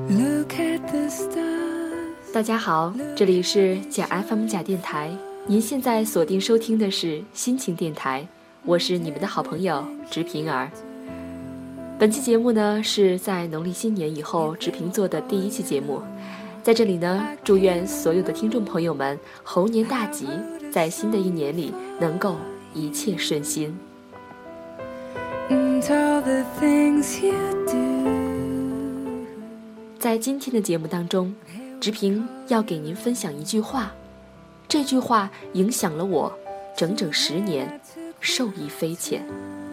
大家好，这里是假 FM 假电台，您现在锁定收听的是心情电台，我是你们的好朋友直平儿。本期节目呢是在农历新年以后直平做的第一期节目，在这里呢祝愿所有的听众朋友们猴年大吉，在新的一年里能够一切顺心。在今天的节目当中，直平要给您分享一句话，这句话影响了我整整10年，受益匪浅。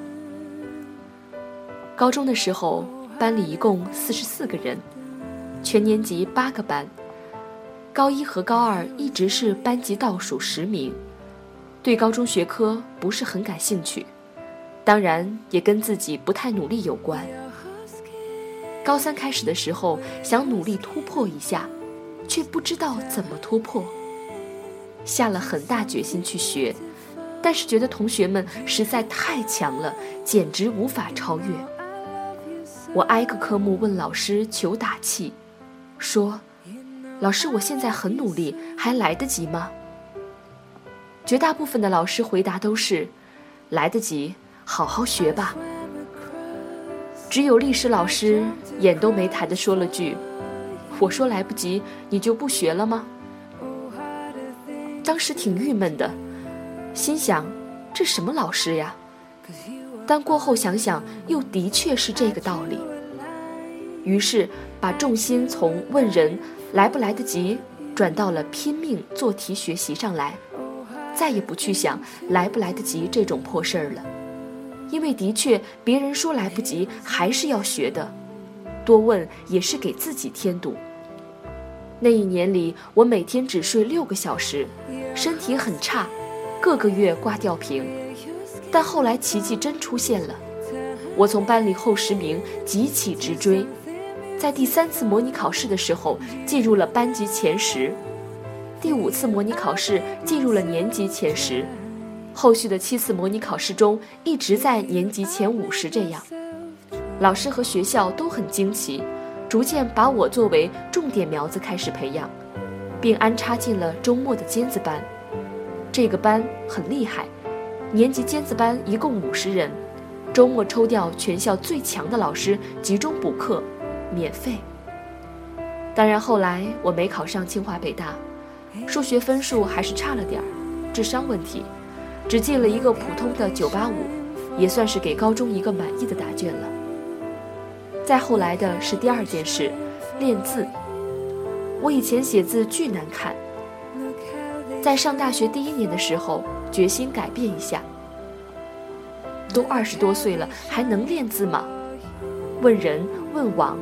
高中的时候，班里一共44个人，全年级8个班，高1和高2一直是班级倒数10名，对高中学科不是很感兴趣，当然也跟自己不太努力有关。高3开始的时候，想努力突破一下，却不知道怎么突破，下了很大决心去学，但是觉得同学们实在太强了，简直无法超越。我挨个科目问老师求打气，说老师，我现在很努力，还来得及吗？绝大部分的老师回答都是来得及，好好学吧。只有历史老师眼都没抬地说了句，我说来不及，你就不学了吗？当时挺郁闷的，心想这什么老师呀？但过后想想，又的确是这个道理。于是把重心从问人来不来得及转到了拼命做题学习上来，再也不去想来不来得及这种破事儿了。因为的确别人说来不及还是要学的，多问也是给自己添堵。那一年里，我每天只睡6个小时，身体很差，各个月挂吊瓶。但后来奇迹真出现了，我从班里后10名急起直追，在第3次模拟考试的时候进入了班级前10，第5次模拟考试进入了年级前10，后续的7次模拟考试中一直在年级前50这样。老师和学校都很惊奇，逐渐把我作为重点苗子开始培养，并安插进了周末的尖子班。这个班很厉害，年级尖子班一共50人，周末抽调全校最强的老师集中补课，免费。当然后来我没考上清华北大，数学分数还是差了点儿，智商问题，只进了一个普通的985，也算是给高中一个满意的答卷了。再后来的是第2件事，练字。我以前写字巨难看，在上大学第1年的时候决心改变一下。都20多岁了，还能练字吗？问人问网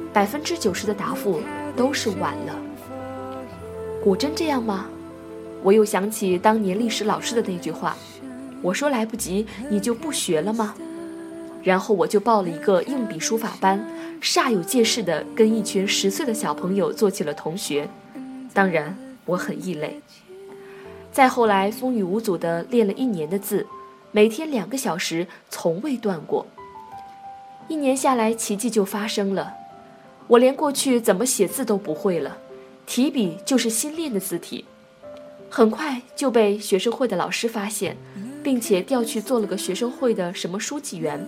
，90%的答复都是晚了。果真这样吗？我又想起当年历史老师的那句话，我说来不及，你就不学了吗？然后我就报了一个硬笔书法班，煞有介事地跟一群10岁的小朋友做起了同学。当然我很异类。再后来风雨无阻地练了1年的字，每天2个小时，从未断过。1年下来，奇迹就发生了，我连过去怎么写字都不会了，提笔就是新练的字体。很快就被学生会的老师发现，并且调去做了个学生会的什么书记员。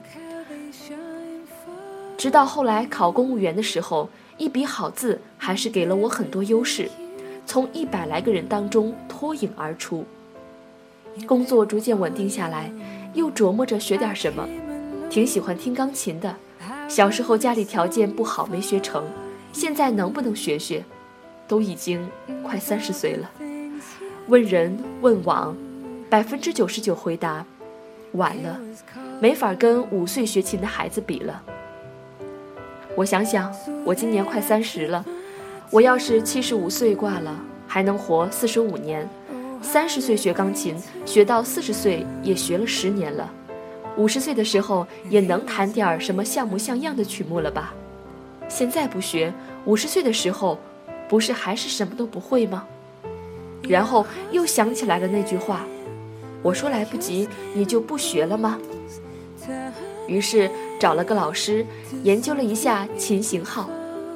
直到后来考公务员的时候，一笔好字还是给了我很多优势，从100来个人当中脱颖而出。工作逐渐稳定下来，又琢磨着学点什么，挺喜欢听钢琴的。小时候家里条件不好，没学成，现在能不能学学？都已经快30岁了。问人问网，99%回答晚了，没法跟5岁学琴的孩子比了。我想想，我今年快30了，我要是75岁挂了，还能活45年。30岁学钢琴，学到40岁也学了10年了。50岁的时候也能弹点什么像模像样的曲目了吧？现在不学，50岁的时候不是还是什么都不会吗？然后又想起来了那句话，我说来不及，你就不学了吗？于是找了个老师，研究了一下琴型号，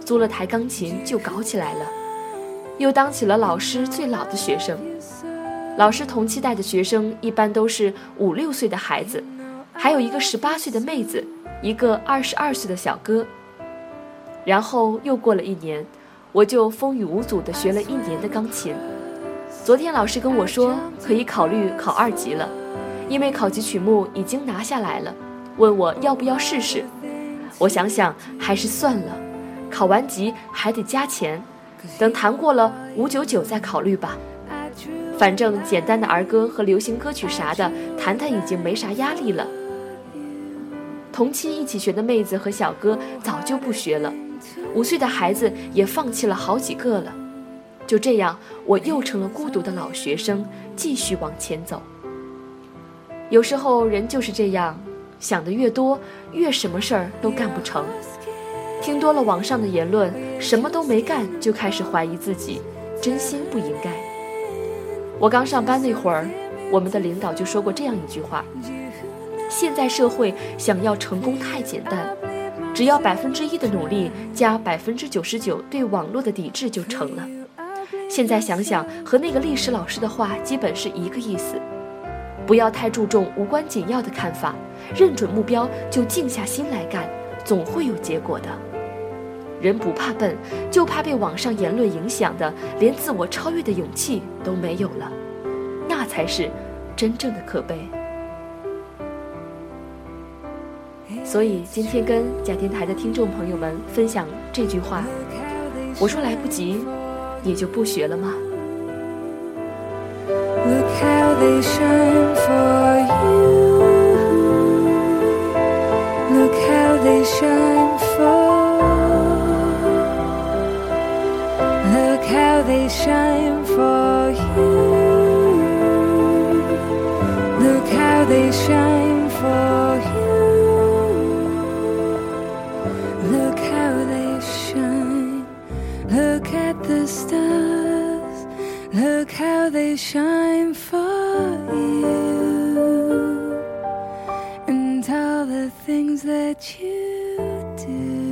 租了台钢琴就搞起来了，又当起了老师最老的学生。老师同期带的学生一般都是5、6岁的孩子，还有一个18岁的妹子，一个22岁的小哥。然后又过了1年，我就风雨无阻地学了1年的钢琴。昨天老师跟我说可以考虑考2级了，因为考级曲目已经拿下来了，问我要不要试试。我想想还是算了，考完级还得加钱，等谈过了599再考虑吧。反正简单的儿歌和流行歌曲啥的谈谈已经没啥压力了。同期一起学的妹子和小哥早就不学了，5岁的孩子也放弃了好几个了。就这样，我又成了孤独的老学生，继续往前走。有时候人就是这样，想得越多，越什么事儿都干不成。听多了网上的言论，什么都没干就开始怀疑自己，真心不应该。我刚上班那会儿，我们的领导就说过这样一句话：现在社会想要成功太简单，只要1%的努力加99%对网络的抵制就成了。现在想想，和那个历史老师的话基本是一个意思。不要太注重无关紧要的看法，认准目标就静下心来干，总会有结果的。人不怕笨，就怕被网上言论影响的连自我超越的勇气都没有了，那才是真正的可悲。所以今天跟假电台的听众朋友们分享这句话，我说来不及，你就不学了吗？ Look how they shine for you. Look how they shine for. Look how they shine for you. Look how they shine for you. Look how they shine. Look at the stars. Look how they shine for you. And all the things that you do.